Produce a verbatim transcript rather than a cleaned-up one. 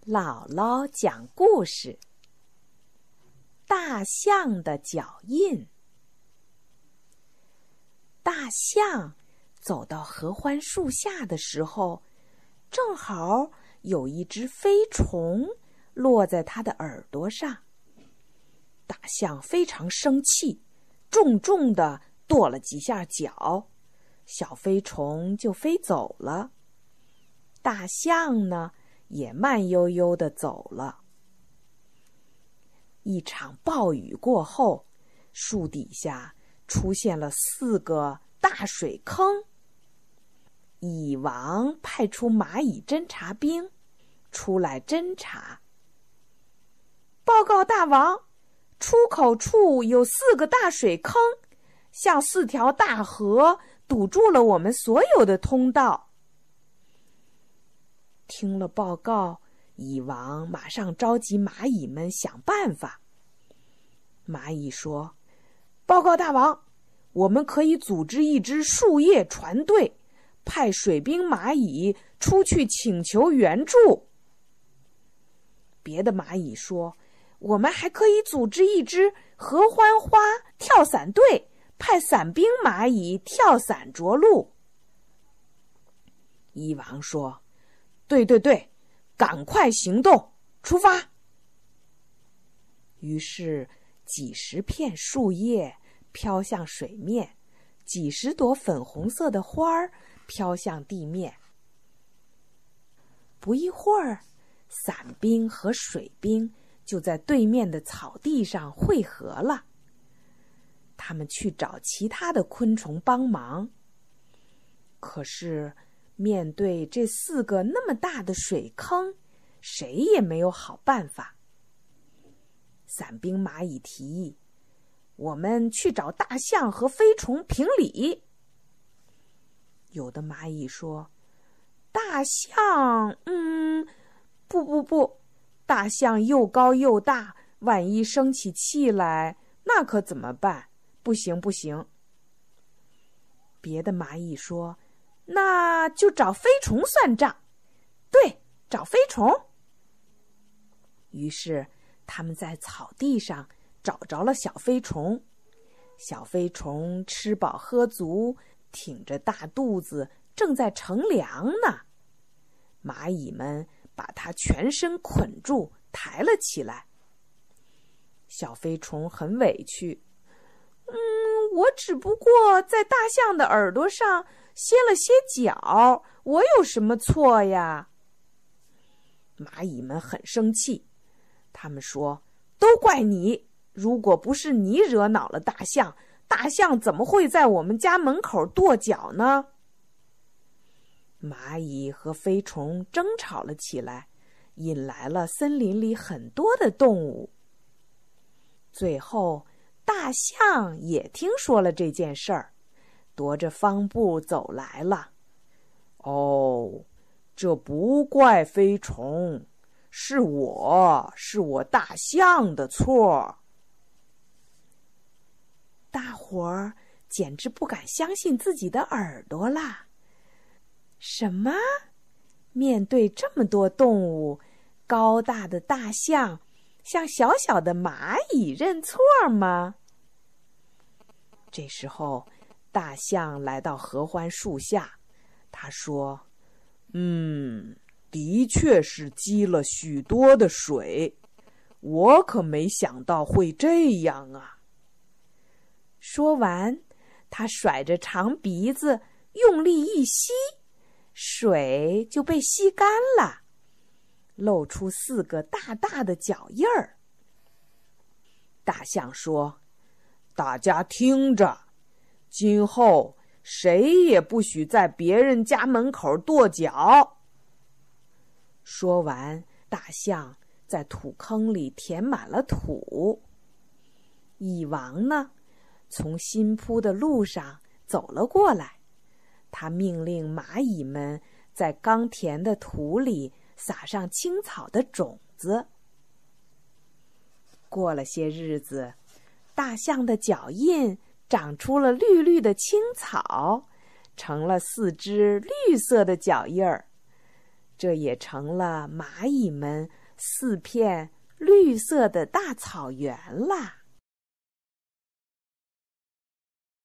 姥姥讲故事：大象的脚印。大象走到合欢树下的时候，正好有一只飞虫落在它的耳朵上。大象非常生气，重重地跺了几下脚，小飞虫就飞走了。大象呢，也慢悠悠地走了。一场暴雨过后，树底下出现了四个大水坑。蚁王派出蚂蚁侦察兵出来侦察。报告大王，出口处有四个大水坑，像四条大河，堵住了我们所有的通道。听了报告，蚁王马上召集蚂蚁们想办法。蚂蚁说：报告大王，我们可以组织一支树叶船队，派水兵蚂蚁出去请求援助。别的蚂蚁说：我们还可以组织一支合欢花跳伞队，派伞兵蚂蚁跳伞着陆。蚁王说：对对对，赶快行动，出发！于是几十片树叶飘向水面，几十朵粉红色的花儿飘向地面。不一会儿，伞兵和水兵就在对面的草地上汇合了。他们去找其他的昆虫帮忙，可是面对这四个那么大的水坑，谁也没有好办法。伞兵蚂蚁提议：我们去找大象和飞虫评理。有的蚂蚁说：大象，嗯，不不不，大象又高又大，万一生起气来，那可怎么办？不行不行。别的蚂蚁说：那就找飞虫算账。对，找飞虫。于是他们在草地上找着了小飞虫。小飞虫吃饱喝足，挺着大肚子，正在乘凉呢。蚂蚁们把它全身捆住，抬了起来。小飞虫很委屈：嗯，我只不过在大象的耳朵上歇了歇脚，我有什么错呀？蚂蚁们很生气，他们说：都怪你，如果不是你惹恼了大象，大象怎么会在我们家门口跺脚呢？蚂蚁和飞虫争吵了起来，引来了森林里很多的动物。最后大象也听说了这件事儿，踱着方步走来了。哦，这不怪飞虫，是我，是我大象的错。大伙儿简直不敢相信自己的耳朵啦！什么？面对这么多动物，高大的大象向小小的蚂蚁认错吗？这时候大象来到合欢树下，他说：嗯，的确是积了许多的水，我可没想到会这样啊。说完，他甩着长鼻子用力一吸，水就被吸干了，露出四个大大的脚印儿。大象说：大家听着，今后谁也不许在别人家门口跺脚。说完，大象在土坑里填满了土。蚁王呢，从新铺的路上走了过来，他命令蚂蚁们在刚填的土里撒上青草的种子。过了些日子，大象的脚印长出了绿绿的青草，成了四只绿色的脚印儿。 这也成了蚂蚁们四片绿色的大草原啦。